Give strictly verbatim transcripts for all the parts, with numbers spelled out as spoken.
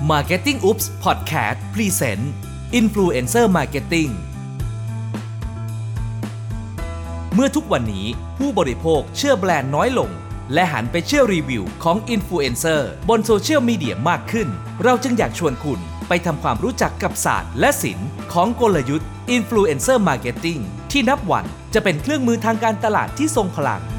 Marketing Oops Podcast Present Influencer Marketing เมื่อทุกวันนี้ผู้บริโภคเชื่อแบรนด์น้อยลงและหันไปเชื่อรีวิวของอินฟลูเอนเซอร์บนโซเชียลมีเดียมากขึ้นเราจึงอยากชวนคุณไปทำความรู้จักกับศาสตร์และศิลป์ของกลยุทธ์ Influencer Marketing ที่นับวันจะเป็นเครื่องมือทางการตลาดที่ทรงพลัง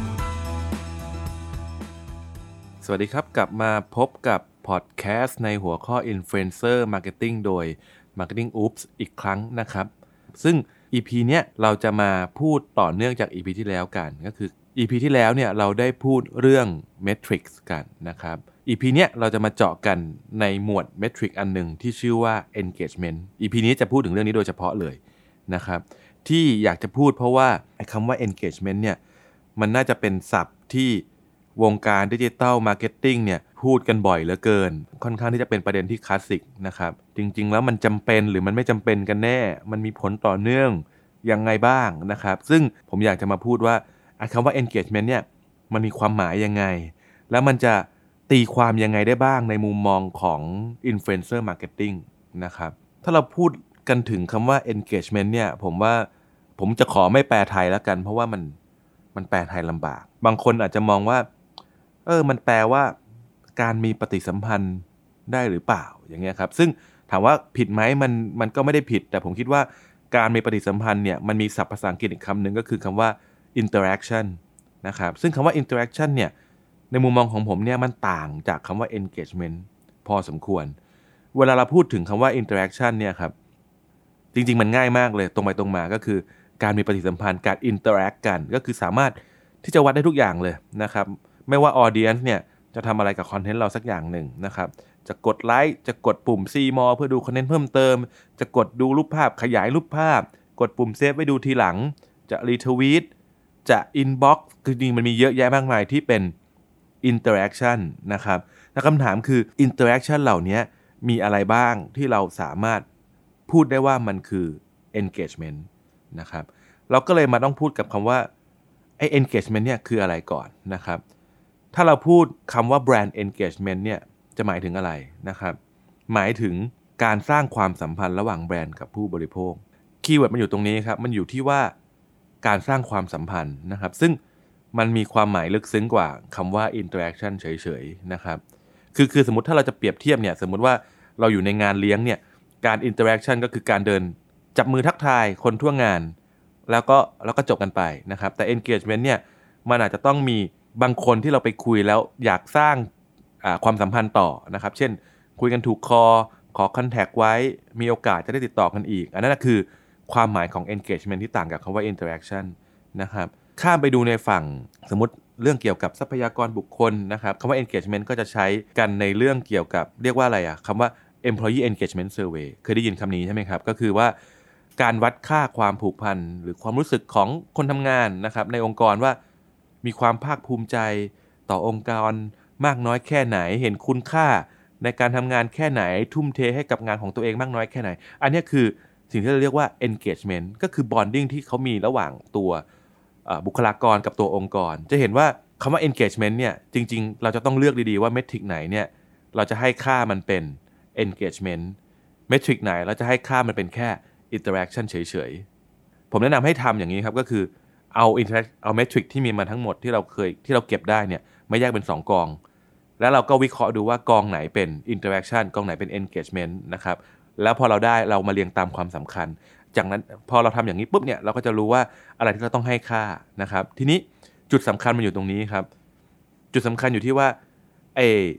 สวัสดีครับกลับมาพบกับพอดแคสต์ในหัวข้อ Influencer Marketing โดย Marketing Oops อีกครั้งนะครับซึ่ง อี พี เนี้ยเราจะมาพูดต่อเนื่องจาก อี พี ที่แล้วกันก็คือ อี พี ที่แล้วเนี่ยเราได้พูดเรื่อง Metrics กันนะครับ อี พี เนี้ยเราจะมาเจาะกันในหมวด Metric อันหนึ่งที่ชื่อว่า Engagement อี พี นี้จะพูดถึงเรื่องนี้โดยเฉพาะเลยนะครับที่อยากจะพูดเพราะว่าไอ้คำว่า Engagement เนี่ยมันน่าจะเป็นศัพท์ที่วงการดิจิทัลมาร์เก็ตติ้งเนี่ยพูดกันบ่อยเหลือเกินค่อนข้างที่จะเป็นประเด็นที่คลาสสิกนะครับจริงๆแล้วมันจำเป็นหรือมันไม่จำเป็นกันแน่มันมีผลต่อเนื่องยังไงบ้างนะครับซึ่งผมอยากจะมาพูดว่าคำว่า engagement เนี่ยมันมีความหมายยังไงแล้วมันจะตีความยังไงได้บ้างในมุมมองของ influencer marketing นะครับถ้าเราพูดกันถึงคำว่า engagement เนี่ยผมว่าผมจะขอไม่แปลไทยแล้วกันเพราะว่ามันมันแปลไทยลำบากบางคนอาจจะมองว่าเออมันแปลว่าการมีปฏิสัมพันธ์ได้หรือเปล่าอย่างเงี้ยครับซึ่งถามว่าผิดไหมมันมันก็ไม่ได้ผิดแต่ผมคิดว่าการมีปฏิสัมพันธ์เนี่ยมันมีศัพท์ภาษาอังกฤษอีกคำหนึ่งก็คือคำว่า interaction นะครับซึ่งคำว่า interaction เนี่ยในมุมมองของผมเนี่ยมันต่างจากคำว่า engagement พอสมควรเวลาเราพูดถึงคำว่า interaction เนี่ยครับจริงๆมันง่ายมากเลยตรงไปตรงมาก็คือการมีปฏิสัมพันธ์การ interact กันก็คือสามารถที่จะวัดได้ทุกอย่างเลยนะครับไม่ว่า audience เนี่ยจะทำอะไรกับคอนเทนต์เราสักอย่างหนึ่งนะครับจะกดไลค์จะกดปุ่ม See More เพื่อดูคอนเทนต์เพิ่มเติมจะกดดูรูปภาพขยายรูปภาพกดปุ่มเซฟไว้ดูทีหลังจะรีทวีตจะ inbox คือจริงมันมีเยอะแยะมากมายที่เป็น interaction นะครับและคำถามคือ interaction เหล่านี้มีอะไรบ้างที่เราสามารถพูดได้ว่ามันคือ engagement นะครับเราก็เลยมาต้องพูดกับคำว่าไอ้ engagement เนี่ยคืออะไรก่อนนะครับถ้าเราพูดคำว่า brand engagement เนี่ยจะหมายถึงอะไรนะครับหมายถึงการสร้างความสัมพันธ์ระหว่างแบรนด์กับผู้บริโภคคีย์เวิร์ดมันอยู่ตรงนี้ครับมันอยู่ที่ว่าการสร้างความสัมพันธ์นะครับซึ่งมันมีความหมายลึกซึ้งกว่าคำว่า interaction เฉยๆนะครับคือคือสมมติถ้าเราจะเปรียบเทียบเนี่ยสมมติว่าเราอยู่ในงานเลี้ยงเนี่ยการ interaction ก็คือการเดินจับมือทักทายคนทั่วงานแล้วก็แล้วก็จบกันไปนะครับแต่ engagement เนี่ยมันอาจจะต้องมีบางคนที่เราไปคุยแล้วอยากสร้างความสัมพันธ์ต่อนะครับเช่นคุยกันถูกคอขอคอนแทคไว้มีโอกาสจะได้ติดต่อกันอีกอันนั้นคือความหมายของ engagement ที่ต่างกับคำว่า interaction นะครับข้ามไปดูในฝั่งสมมติเรื่องเกี่ยวกับทรัพยากรบุคคลนะครับคำว่า engagement ก็จะใช้กันในเรื่องเกี่ยวกับเรียกว่าอะไรอะคำว่า employee engagement survey เคยได้ยินคำนี้ใช่ไหมครับก็คือว่าการวัดค่าความผูกพันหรือความรู้สึกของคนทำงานนะครับในองค์กรว่ามีความภาคภูมิใจต่อองค์กรมากน้อยแค่ไหนเห็นคุณค่าในการทำงานแค่ไหนทุ่มเทให้กับงานของตัวเองมากน้อยแค่ไหนอันนี้คือสิ่งที่เราเรียกว่า engagement ก็คือ bonding ที่เขามีระหว่างตัวบุคลากรกับตัวองค์กรจะเห็นว่าคำว่า engagement เนี่ยจริงๆเราจะต้องเลือกดีๆว่าเมทริกไหนเนี่ยเราจะให้ค่ามันเป็น engagement เมทริกไหนเราจะให้ค่ามันเป็นแค่ interaction เฉยๆผมแนะนำให้ทำอย่างนี้ครับก็คือเอา interact เอา metric ที่มีมาทั้งหมดที่เราเคยที่เราเก็บได้เนี่ยไม่แยกเป็นสองกองแล้วเราก็วิเคราะห์ดูว่ากองไหนเป็น interaction กองไหนเป็น engagement นะครับแล้วพอเราได้เรามาเรียงตามความสำคัญจากนั้นพอเราทำอย่างนี้ปุ๊บเนี่ยเราก็จะรู้ว่าอะไรที่เราต้องให้ค่านะครับทีนี้จุดสำคัญมันอยู่ตรงนี้ครับจุดสำคัญอยู่ที่ว่าไอ้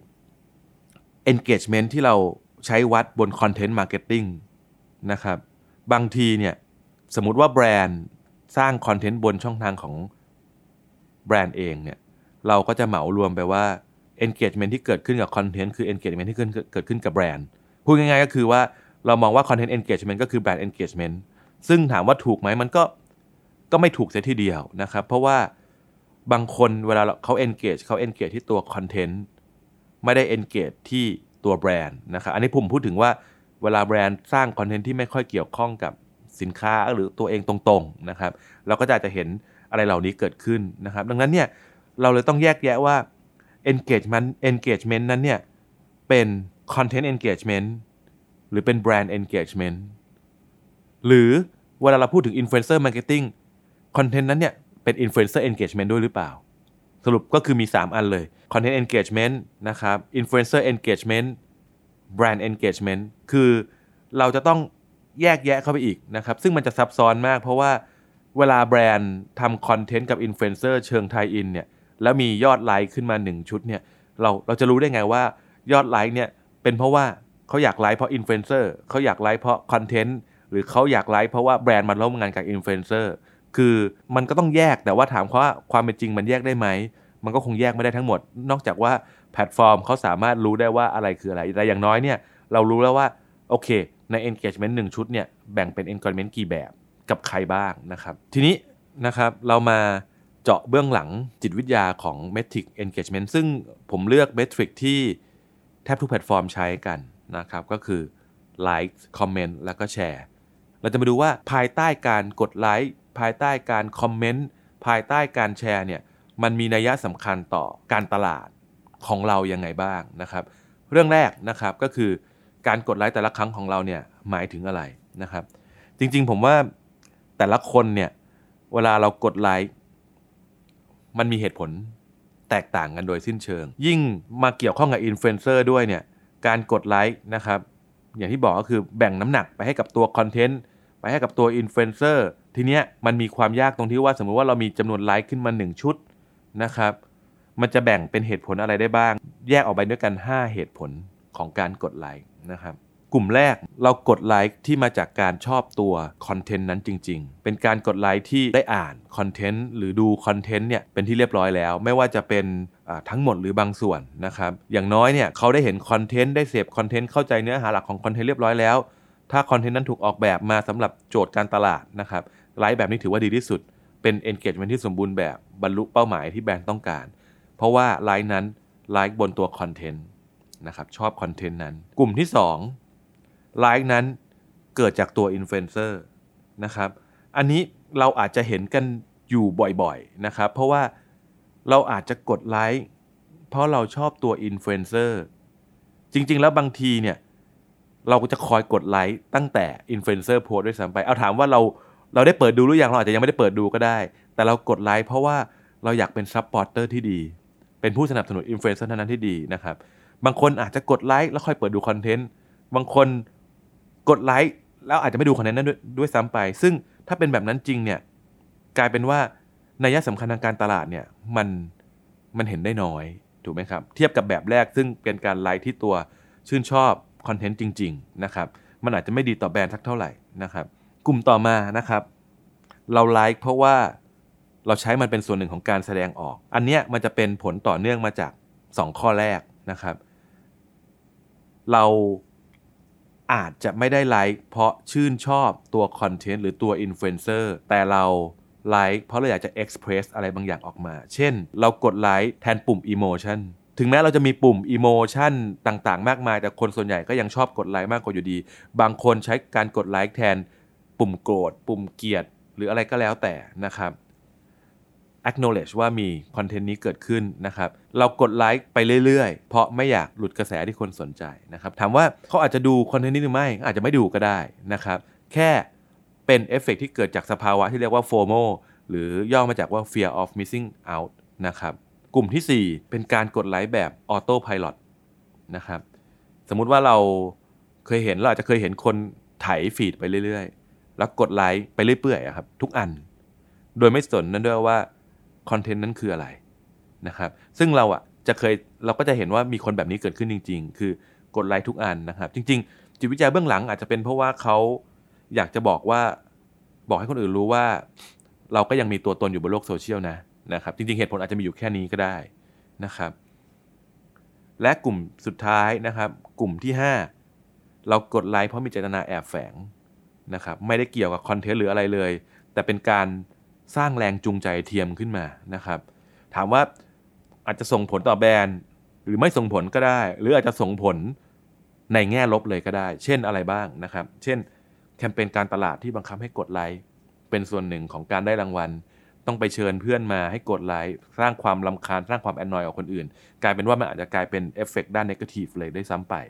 engagement ที่เราใช้วัดบน content marketing นะครับบางทีเนี่ยสมมุติว่าแบรนด์สร้างคอนเทนต์บนช่องทางของแบรนด์เองเนี่ยเราก็จะเหมารวมไปว่า engagement ที่เกิดขึ้นกับคอนเทนต์คือ engagement ที่เกิดขึ้นกับแบรนด์พูดง่ายๆก็คือว่าเรามองว่า content engagement ก็คือ brand engagement ซึ่งถามว่าถูกไหมมันก็ก็ไม่ถูกเสียทีเดียวนะครับเพราะว่าบางคนเวลาเขา engage เขา engage ที่ตัวคอนเทนต์ไม่ได้ engage ที่ตัวแบรนด์นะครับอันนี้ผมพูดถึงว่าเวลาแบรนด์สร้างคอนเทนต์ที่ไม่ค่อยเกี่ยวข้องกับสินค้าหรือตัวเองตรงๆนะครับเราก็จะเห็นอะไรเหล่านี้เกิดขึ้นนะครับดังนั้นเนี่ยเราเลยต้องแยกแยะว่า engagement engagement นั้นเนี่ยเป็น content engagement หรือเป็น brand engagement หรือเวลาเราพูดถึง influencer marketing content นั้นเนี่ยเป็น influencer engagement ด้วยหรือเปล่าสรุปก็คือมีสามอันเลย content engagement นะครับ influencer engagement brand engagement คือเราจะต้องแยกแยะเข้าไปอีกนะครับซึ่งมันจะซับซ้อนมากเพราะว่าเวลาแบรนด์ทำคอนเทนต์กับอินฟลูเอนเซอร์เชิงไทยอินเนี่ยแล้วมียอดไลค์ขึ้นมาหนึ่งชุดเนี่ยเราเราจะรู้ได้ไงว่ายอดไลค์เนี่ยเป็นเพราะว่าเขาอยากไลค์เพราะอินฟลูเอนเซอร์เขาอยากไลค์เพราะคอนเทนต์หรือเขาอยากไลค์เพราะว่าแบรนด์มาร่วมงานกับอินฟลูเอนเซอร์คือมันก็ต้องแยกแต่ว่าถามว่าความเป็นจริงมันแยกได้ไหมมันก็คงแยกไม่ได้ทั้งหมดนอกจากว่าแพลตฟอร์มเขาสามารถรู้ได้ว่าอะไรคืออะไรแต่อย่างน้อยเนี่ยเรารู้แล้วว่าโอเคใน engagement หนึ่งชุดเนี่ยแบ่งเป็น engagement กี่แบบกับใครบ้างนะครับทีนี้นะครับเรามาเจาะเบื้องหลังจิตวิทยาของ Metric Engagement ซึ่งผมเลือก Metric ที่แทบทุกแพลตฟอร์มใช้กันนะครับก็คือ Like Comment แล้วก็แชร์เราจะมาดูว่าภายใต้การกดไลค์ภายใต้การคอมเมนต์ภายใต้การแชร์เนี่ยมันมีนัยสำคัญต่อการตลาดของเรายังไงบ้างนะครับเรื่องแรกนะครับก็คือการกดไลค์แต่ละครั้งของเราเนี่ยหมายถึงอะไรนะครับจริงๆผมว่าแต่ละคนเนี่ยเวลาเรากดไลค์มันมีเหตุผลแตกต่างกันโดยสิ้นเชิงยิ่งมาเกี่ยวข้องกับอินฟลูเอนเซอร์ด้วยเนี่ยการกดไลค์นะครับอย่างที่บอกก็คือแบ่งน้ำหนักไปให้กับตัวคอนเทนต์ไปให้กับตัวอินฟลูเอนเซอร์ทีเนี้ยมันมีความยากตรงที่ว่าสมมติว่าเรามีจำนวนไลค์ขึ้นมาหนึ่งชุดนะครับมันจะแบ่งเป็นเหตุผลอะไรได้บ้างแยกออกไปด้วยกันห้าเหตุผลของการกดไลค์นะครับกลุ่มแรกเรากดไลค์ที่มาจากการชอบตัวคอนเทนต์นั้นจริงๆเป็นการกดไลค์ที่ได้อ่านคอนเทนต์หรือดูคอนเทนต์เนี่ยเป็นที่เรียบร้อยแล้วไม่ว่าจะเป็นทั้งหมดหรือบางส่วนนะครับอย่างน้อยเนี่ยเขาได้เห็นคอนเทนต์ได้เสพคอนเทนต์เข้าใจเนื้อหาหลักของคอนเทนต์เรียบร้อยแล้วถ้าคอนเทนต์นั้นถูกออกแบบมาสำหรับโจทย์การตลาดนะครับไลค์แบบนี้ถือว่าดีที่สุดเป็น engagement ที่สมบูรณ์แบบบรรลุเป้าหมายที่แบรนด์ต้องการเพราะว่าไลค์นั้นไลค์บนตัวคอนเทนต์นะครับชอบคอนเทนต์นั้นกลุ่มที่สองไลค์นั้นเกิดจากตัวอินฟลูเอนเซอร์นะครับอันนี้เราอาจจะเห็นกันอยู่บ่อยๆนะครับเพราะว่าเราอาจจะกดไลค์เพราะเราชอบตัวอินฟลูเอนเซอร์จริงๆแล้วบางทีเนี่ยเราก็จะคอยกดไลค์ตั้งแต่อินฟลูเอนเซอร์โพสต์ด้วยซ้ำไปเอาถามว่าเราเราได้เปิดดูหรือยังเราอาจจะยังไม่ได้เปิดดูก็ได้แต่เรากดไลค์เพราะว่าเราอยากเป็นซัพพอร์เตอร์ที่ดีเป็นผู้สนับสนุนอินฟลูเอนเซอร์นั้นที่ดีนะครับบางคนอาจจะกดไลค์แล้วค่อยเปิดดูคอนเทนต์บางคนกดไลค์แล้วอาจจะไม่ดูคอนเทนต์นั้นด้วยด้วยซ้ำไปซึ่งถ้าเป็นแบบนั้นจริงเนี่ยกลายเป็นว่านัยสำคัญทางการตลาดเนี่ยมันมันเห็นได้น้อยถูกไหมครับเทียบกับแบบแรกซึ่งเป็นการไลค์ที่ตัวชื่นชอบคอนเทนต์จริงๆนะครับมันอาจจะไม่ดีต่อแบรนด์สักเท่าไหร่นะครับกลุ่มต่อมานะครับเราไลค์เพราะว่าเราใช้มันเป็นส่วนหนึ่งของการแสดงออกอันเนี้ยมันจะเป็นผลต่อเนื่องมาจากสองข้อแรกนะครับเราอาจจะไม่ได้ไลค์เพราะชื่นชอบตัวคอนเทนต์หรือตัวอินฟลูเอนเซอร์แต่เราไลค์เพราะเราอยากจะเอ็กซ์เพรสอะไรบางอย่างออกมาเช่นเรากดไลค์แทนปุ่มอิโมชันถึงแม้เราจะมีปุ่มอิโมชันต่างๆมากมายแต่คนส่วนใหญ่ก็ยังชอบกดไลค์มากกว่าอยู่ดีบางคนใช้การกดไลค์แทนปุ่มโกรธปุ่มเกลียดหรืออะไรก็แล้วแต่นะครับ acknowledge ว่ามีคอนเทนต์นี้เกิดขึ้นนะครับเรากดไลค์ไปเรื่อยๆเพราะไม่อยากหลุดกระแสที่คนสนใจนะครับถามว่าเขาอาจจะดูคอนเทนต์นี้หรือไม่อาจจะไม่ดูก็ได้นะครับแค่เป็นเอฟเฟกต์ที่เกิดจากสภาวะที่เรียกว่า โฟโม หรือย่อมาจากว่า fear of missing out นะครับกลุ่มที่สี่เป็นการกดไลค์แบบ auto pilot นะครับสมมุติว่าเราเคยเห็นเราอาจจะเคยเห็นคนไถฟีดไปเรื่อยๆแล้วกดไลค์ไปเรื่อยๆครับทุกอันโดยไม่สนนั่นด้วยว่าคอนเทนต์นั้นคืออะไรนะครับซึ่งเราอ่ะจะเคยเราก็จะเห็นว่ามีคนแบบนี้เกิดขึ้นจริงๆคือกดไลค์ทุกอันนะครับจริงๆจิตวิทยาเบื้องหลังอาจจะเป็นเพราะว่าเขาอยากจะบอกว่าบอกให้คนอื่นรู้ว่าเราก็ยังมีตัวตนอยู่บนโลกโซเชียลนะนะครับจริงๆเหตุผลอาจจะมีอยู่แค่นี้ก็ได้นะครับและกลุ่มสุดท้ายนะครับกลุ่มที่ห้าเรากดไลค์เพราะมีเจตนาแอบแฝงนะครับไม่ได้เกี่ยวกับคอนเทนต์หรืออะไรเลยแต่เป็นการสร้างแรงจูงใจเทียมขึ้นมานะครับถามว่าอาจจะส่งผลต่อแบรนด์หรือไม่ส่งผลก็ได้หรืออาจจะส่งผลในแง่ลบเลยก็ได้เช่นอะไรบ้างนะครับเช่นแคมเปญการตลาดที่บังคับให้กดไลค์เป็นส่วนหนึ่งของการได้รางวัลต้องไปเชิญเพื่อนมาให้กดไลค์สร้างความรำคาญสร้างความแอนนอยกับคนอื่นกลายเป็นว่ามันอาจจะกลายเป็นเอฟเฟกต์ด้านเนกาทีฟเลยได้ซ้ำไป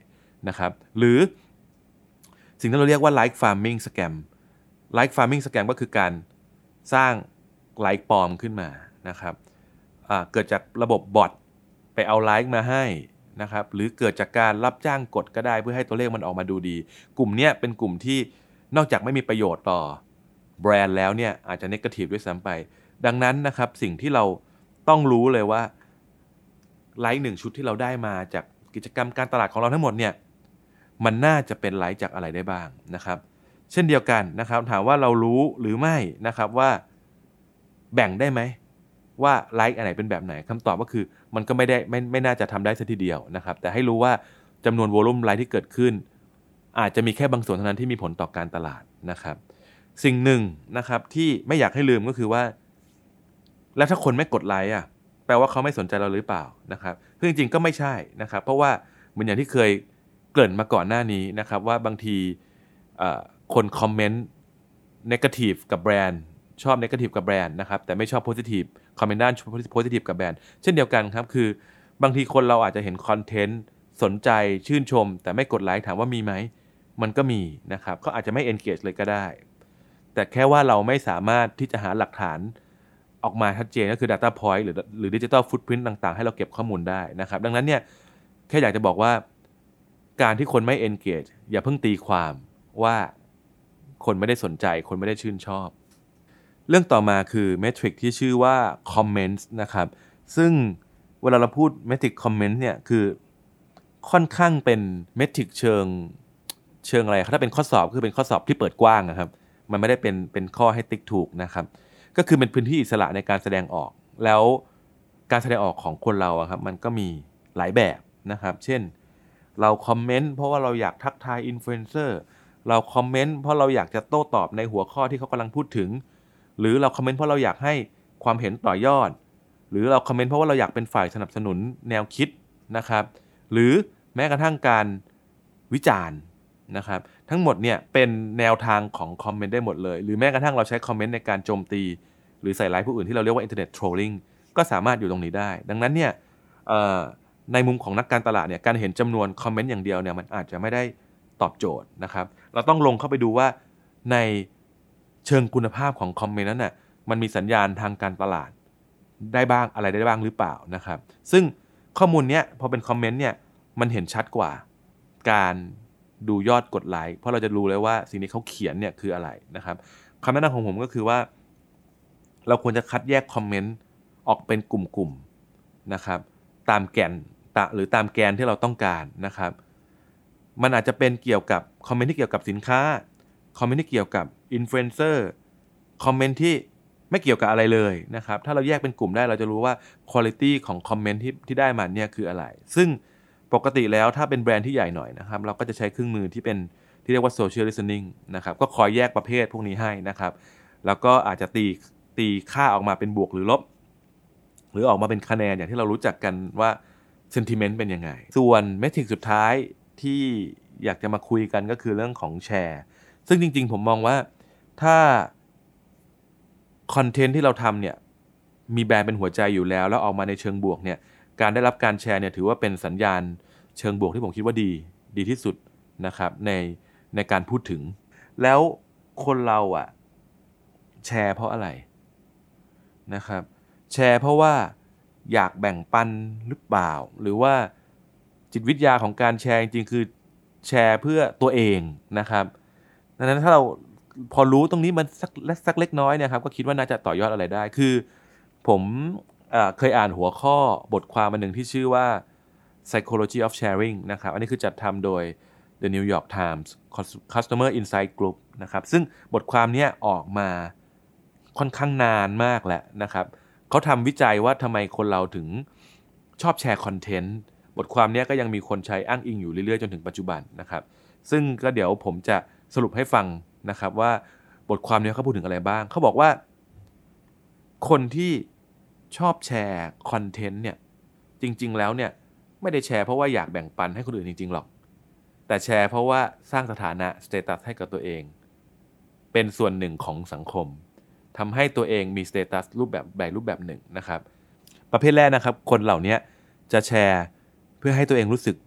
นะครับหรือสิ่งที่เราเรียกว่า like farming scam like farming scam ก็คือการสร้าง like ปลอมขึ้นมานะครับเกิดจากระบบบอทไปเอา like มาให้นะครับหรือเกิดจากการรับจ้างกดก็ได้เพื่อให้ตัวเลขมันออกมาดูดีกลุ่มนี้เป็นกลุ่มที่นอกจากไม่มีประโยชน์ต่อแบรนด์แล้วเนี่ยอาจจะเนกาทีฟด้วยซ้ำไปดังนั้นนะครับสิ่งที่เราต้องรู้เลยว่าไลค์หนึ่งชุดที่เราได้มาจากกิจกรรมการตลาดของเราทั้งหมดเนี่ยมันน่าจะเป็นไลค์จากอะไรได้บ้างนะครับเช่นเดียวกันนะครับถามว่าเรารู้หรือไม่นะครับว่าแบ่งได้ไหมว่าไลค์อันไหนเป็นแบบไหนคำตอบก็คือมันก็ไม่ได้ไม่ไม่น่าจะทำได้สักทีเดียวนะครับแต่ให้รู้ว่าจำนวนโวลุ่มไลค์ที่เกิดขึ้นอาจจะมีแค่บางส่วนเท่านั้นที่มีผลต่อการตลาดนะครับสิ่งหนึ่งนะครับที่ไม่อยากให้ลืมก็คือว่าแล้วถ้าคนไม่กดไลค์อ่ะแปลว่าเขาไม่สนใจเราหรือเปล่านะครับซึ่งจริงๆก็ไม่ใช่นะครับเพราะว่าเหมือนอย่างที่เคยเกริ่นมาก่อนหน้านี้นะครับว่าบางทีคนคอมเมนต์เนกาทีฟกับแบรนด์ชอบเนกาทีฟกับแบรนด์นะครับแต่ไม่ชอบโพซิทีฟคอมเมนต์ด้านโพซิทีฟกับแบรนด์เช่นเดียวกันครับคือบางทีคนเราอาจจะเห็นคอนเทนต์สนใจชื่นชมแต่ไม่กดไลค์ถามว่ามีไหมมันก็มีนะครับก็อาจจะไม่ engage เลยก็ได้แต่แค่ว่าเราไม่สามารถที่จะหาหลักฐานออกมาชัดเจนก็คือ data point หรือหรือ digital footprint ต่างๆให้เราเก็บข้อมูลได้นะครับดังนั้นเนี่ยแค่อยากจะบอกว่าการที่คนไม่ engage อย่าเพิ่งตีความว่าคนไม่ได้สนใจคนไม่ได้ชื่นชอบเรื่องต่อมาคือเมทริกที่ชื่อว่า comments นะครับซึ่งเวลาเราพูดเมทริก comment เนี่ยคือค่อนข้างเป็นเมทริกเชิงเชิงอะไรถ้าเป็นข้อสอบคือเป็นข้อสอบที่เปิดกว้างนะครับมันไม่ได้เป็นเป็นข้อให้ติ๊กถูกนะครับก็คือเป็นพื้นที่อิสระในการแสดงออกแล้วการแสดงออกของคนเราครับมันก็มีหลายแบบนะครับเช่นเราคอมเมนต์เพราะว่าเราอยากทักทายอินฟลูเอนเซอร์เราคอมเมนต์เพราะเราอยากจะโต้ตอบในหัวข้อที่เขากำลังพูดถึงหรือเราคอมเมนต์เพราะเราอยากให้ความเห็นต่อยอดหรือเราคอมเมนต์เพราะว่าเราอยากเป็นฝ่ายสนับสนุนแนวคิดนะครับหรือแม้กระทั่งการวิจารณ์นะครับทั้งหมดเนี่ยเป็นแนวทางของคอมเมนต์ได้หมดเลยหรือแม้กระทั่งเราใช้คอมเมนต์ในการโจมตีหรือใส่ร้ายผู้อื่นที่เราเรียกว่าอินเทอร์เน็ตโทรลลิ่งก็สามารถอยู่ตรงนี้ได้ดังนั้นเนี่ยในมุมของนักการตลาดเนี่ยการเห็นจำนวนคอมเมนต์อย่างเดียวเนี่ยมันอาจจะไม่ได้ตอบโจทย์นะครับเราต้องลงเข้าไปดูว่าในเชิงคุณภาพของคอมเมนต์นั้นน่ะมันมีสัญญาณทางการตลาดได้บ้างอะไรได้บ้างหรือเปล่านะครับซึ่งข้อมูลเนี้ยพอเป็นคอมเมนต์เนี่ยมันเห็นชัดกว่าการดูยอดกดไลค์เพราะเราจะรู้เลยว่าสิ่งที่เขาเขียนเนี่ยคืออะไรนะครับคำแนะนำของผมก็คือว่าเราควรจะคัดแยกคอมเมนต์ออกเป็นกลุ่มๆนะครับตามแกนหรือตามแกนที่เราต้องการนะครับมันอาจจะเป็นเกี่ยวกับคอมเมนต์ที่เกี่ยวกับสินค้าคอมเมนต์ที่เกี่ยวกับอินฟลูเอนเซอร์คอมเมนต์ที่ไม่เกี่ยวกับอะไรเลยนะครับถ้าเราแยกเป็นกลุ่มได้เราจะรู้ว่าควอลิตี้ของคอมเมนต์ที่ที่ได้มาเนี่ยคืออะไรซึ่งปกติแล้วถ้าเป็นแบรนด์ที่ใหญ่หน่อยนะครับเราก็จะใช้เครื่องมือที่เป็นที่เรียกว่า social listening นะครับก็คอยแยกประเภทพวกนี้ให้นะครับแล้วก็อาจจะตีตีค่าออกมาเป็นบวกหรือลบหรือออกมาเป็นคะแนนอย่างที่เรารู้จักกันว่า sentiment เป็นยังไงส่วนเมทริกสุดท้ายที่อยากจะมาคุยกันก็คือเรื่องของแชร์ซึ่งจริงๆผมมองว่าถ้าคอนเทนต์ที่เราทำเนี่ยมีแบรนด์เป็นหัวใจอยู่แล้วแล้วออกมาในเชิงบวกเนี่ยการได้รับการแชร์เนี่ยถือว่าเป็นสัญญาณเชิงบวกที่ผมคิดว่าดีดีที่สุดนะครับในในการพูดถึงแล้วคนเราอ่ะแชร์เพราะอะไรนะครับแชร์เพราะว่าอยากแบ่งปันหรือเปล่าหรือว่าจิตวิทยาของการแชร์จริงๆคือแชร์เพื่อตัวเองนะครับดังนั้นถ้าเราพอรู้ตรงนี้มันสักสักเล็กน้อยเนี่ยครับก็คิดว่าน่าจะต่อยอดอะไรได้คือผมเอ่อเคยอ่านหัวข้อบทความอันหนึ่งที่ชื่อว่า psychology of sharing นะครับอันนี้คือจัดทำโดย The New York Times Customer Insight Group นะครับซึ่งบทความนี้ออกมาค่อนข้างนานมากแล้วนะครับเขาทำวิจัยว่าทำไมคนเราถึงชอบแชร์คอนเทนต์บทความนี้ก็ยังมีคนใช้อ้างอิงอยู่เรื่อยๆจนถึงปัจจุบันนะครับซึ่งก็เดี๋ยวผมจะสรุปให้ฟังนะครับว่าบทความนี้เขาพูดถึงอะไรบ้างเขาบอกว่าคนที่ชอบแชร์คอนเทนต์เนี่ยจริงๆแล้วเนี่ยไม่ได้แชร์เพราะว่าอยากแบ่งปันให้คนอื่นจริงๆหรอกแต่แชร์เพราะว่าสร้างสถานะสเตตัสให้กับตัวเองเป็นส่วนหนึ่งของสังคมทำให้ตัวเองมีสเตตัสรูปแบบแบบรูปแบบหนึ่งนะครับประเภทแรกนะครับคนเหล่านี้จะแชร์เพื่อให้ตัวเองรู้สึก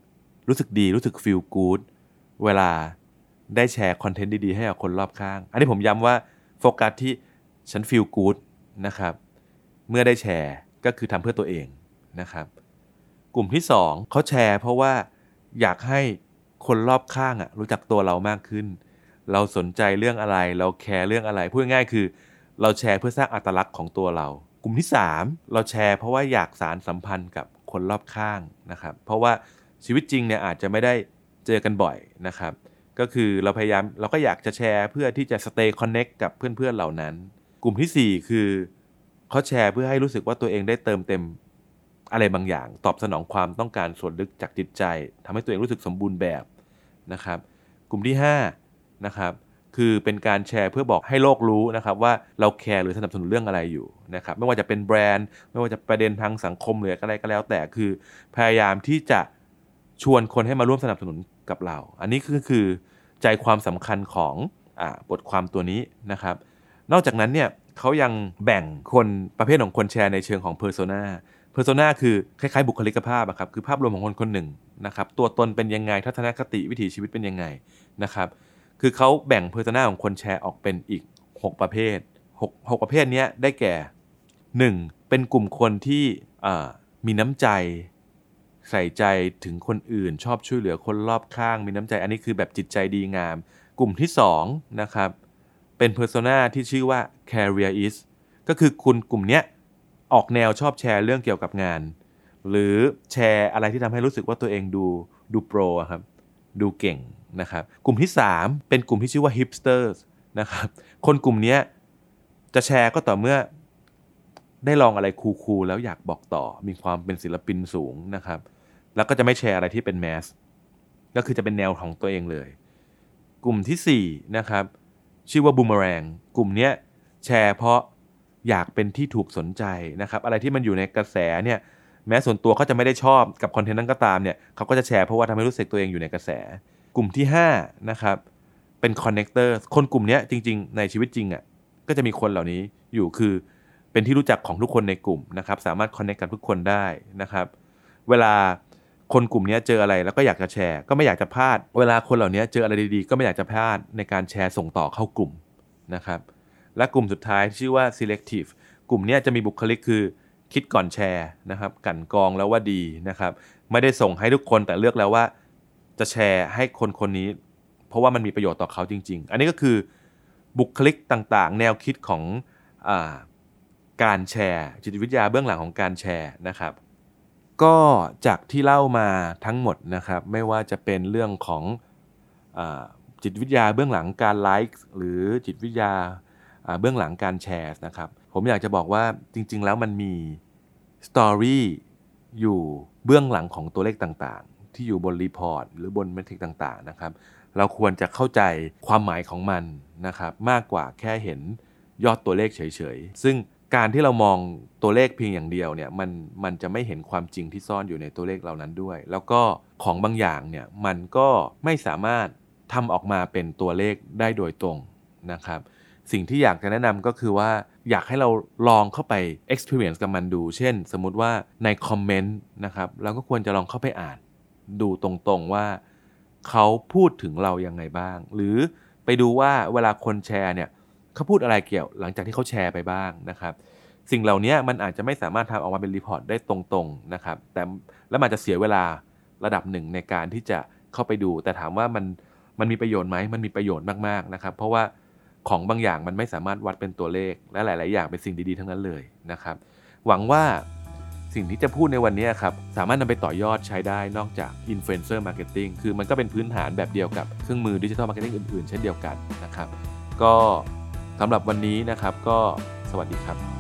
รู้สึกดีรู้สึก feel good เวลาได้แชร์คอนเทนต์ดีๆให้กับคนรอบข้างอันนี้ผมย้ำว่าโฟกัสที่ฉัน feel good นะครับเมื่อได้แชร์ก็คือทำเพื่อตัวเองนะครับกลุ่มที่สองเขาแชร์เพราะว่าอยากให้คนรอบข้างอ่ะรู้จักตัวเรามากขึ้นเราสนใจเรื่องอะไรเราแคร์เรื่องอะไรพูดง่ายๆคือเราแชร์เพื่อสร้างอัตลักษณ์ของตัวเรากลุ่มที่สามเราแชร์เพราะว่าอยากสานสัมพันธ์กับคนรอบข้างนะครับเพราะว่าชีวิตจริงเนี่ยอาจจะไม่ได้เจอกันบ่อยนะครับก็คือเราพยายามเราก็อยากจะแชร์เพื่อที่จะ stay connect กับเพื่อนๆเหล่านั้นกลุ่มที่สี่คือเขาแชร์เพื่อให้รู้สึกว่าตัวเองได้เติมเต็มอะไรบางอย่างตอบสนองความต้องการส่วนลึกจากจิตใจทำให้ตัวเองรู้สึกสมบูรณ์แบบนะครับกลุ่มที่ห้านะครับคือเป็นการแชร์เพื่อบอกให้โลกรู้นะครับว่าเราแคร์หรือสนับสนุนเรื่องอะไรอยู่นะครับไม่ว่าจะเป็นแบรนด์ไม่ว่าจะประเด็นทางสังคมหรืออะไรก็แล้วแต่คือพยายามที่จะชวนคนให้มาร่วมสนับสนุนกับเราอันนี้คือคือใจความสำคัญของอ่าบทความตัวนี้นะครับนอกจากนั้นเนี่ยเขายังแบ่งคนประเภทของคนแชร์ในเชิงของ persona persona คือคล้ายๆบุคลิกภาพอะครับคือภาพรวมของคนคนหนึ่งนะครับตัวตนเป็นยังไงทัศนคติวิถีชีวิตเป็นยังไงนะครับคือเขาแบ่ง persona ของคนแชร์ออกเป็นอีกหกประเภทหก หกประเภทนี้ได้แก่หนึ่งเป็นกลุ่มคนที่อ่ามีน้ำใจใส่ใจถึงคนอื่นชอบช่วยเหลือคนรอบข้างมีน้ำใจอันนี้คือแบบจิตใจดีงามกลุ่มที่สองนะครับเป็น persona ที่ชื่อว่า careerist ก็คือคุณกลุ่มเนี้ยออกแนวชอบแชร์เรื่องเกี่ยวกับงานหรือแชร์อะไรที่ทำให้รู้สึกว่าตัวเองดูดูโปรครับดูเก่งนะครับกลุ่มที่สามเป็นกลุ่มที่ชื่อว่า hipsters นะครับคนกลุ่มนี้จะแชร์ก็ต่อเมื่อได้ลองอะไรคูลๆแล้วอยากบอกต่อมีความเป็นศิลปินสูงนะครับแล้วก็จะไม่แชร์อะไรที่เป็นแมสก็คือจะเป็นแนวของตัวเองเลยกลุ่มที่สี่นะครับชื่อว่า boomerang กลุ่มนี้แชร์เพราะอยากเป็นที่ถูกสนใจนะครับอะไรที่มันอยู่ในกระแสเนี่ยแม้ส่วนตัวเขาจะไม่ได้ชอบกับคอนเทนต์นั้นก็ตามเนี่ยเขาก็จะแชร์เพราะว่าทำให้รู้สึกตัวเองอยู่ในกระแสกลุ่มที่ห้านะครับเป็น connector คนกลุ่มนี้จริงๆในชีวิตจริงอ่ะก็จะมีคนเหล่านี้อยู่คือเป็นที่รู้จักของทุกคนในกลุ่มนะครับสามารถ connect กับทุกคนได้นะครับเวลาคนกลุ่มนี้เจออะไรแล้วก็อยากจะแชร์ก็ไม่อยากจะพลาดเวลาคนเหล่านี้เจออะไรดีๆก็ไม่อยากจะพลาดในการแชร์ส่งต่อเข้ากลุ่มนะครับและกลุ่มสุดท้ายชื่อว่า selective กลุ่มนี้จะมีบุคลิกคือคิดก่อนแชร์นะครับกั่นกรองแล้วว่าดีนะครับไม่ได้ส่งให้ทุกคนแต่เลือกแล้วว่าจะแชร์ให้คนคนนี้เพราะว่ามันมีประโยชน์ต่อเขาจริงๆอันนี้ก็คือบุคลิกต่างๆแนวคิดของอ่าการแชร์จิตวิทยาเบื้องหลังของการแชร์นะครับก็จากที่เล่ามาทั้งหมดนะครับไม่ว่าจะเป็นเรื่องของอ่าจิตวิทยาเบื้องหลังการไลค์หรือจิตวิทยาเบื้องหลังการแชร์นะครับผมอยากจะบอกว่าจริงๆแล้วมันมีสตอรี่อยู่เบื้องหลังของตัวเลขต่างๆที่อยู่บนรีพอร์ตหรือบนเมทริกต่างๆนะครับเราควรจะเข้าใจความหมายของมันนะครับมากกว่าแค่เห็นยอดตัวเลขเฉยๆซึ่งการที่เรามองตัวเลขเพียงอย่างเดียวเนี่ยมันมันจะไม่เห็นความจริงที่ซ่อนอยู่ในตัวเลขเหล่านั้นด้วยแล้วก็ของบางอย่างเนี่ยมันก็ไม่สามารถทำออกมาเป็นตัวเลขได้โดยตรงนะครับสิ่งที่อยากจะแนะนำก็คือว่าอยากให้เราลองเข้าไป experience กับมันดูเช่นสมมุติว่าในคอมเมนต์นะครับเราก็ควรจะลองเข้าไปอ่านดูตรงๆว่าเขาพูดถึงเรายังไงบ้างหรือไปดูว่าเวลาคนแชร์เนี่ยเขาพูดอะไรเกี่ยวหลังจากที่เขาแชร์ไปบ้างนะครับสิ่งเหล่านี้มันอาจจะไม่สามารถทำออกมาเป็นรีพอร์ตได้ตรงๆนะครับแต่แล้วมันจะเสียเวลาระดับหนึ่งในการที่จะเข้าไปดูแต่ถามว่ามันมันมีประโยชน์ไหมมันมีประโยชน์มากๆนะครับเพราะว่าของบางอย่างมันไม่สามารถวัดเป็นตัวเลขและหลายๆอย่างเป็นสิ่งดีๆทั้งนั้นเลยนะครับหวังว่าสิ่งที่จะพูดในวันนี้ครับสามารถนำไปต่อยอดใช้ได้นอกจาก Influencer Marketing คือมันก็เป็นพื้นฐานแบบเดียวกับเครื่องมือ Digital Marketing อื่นๆเช่นเดียวกันนะครับก็สำหรับวันนี้นะครับก็สวัสดีครับ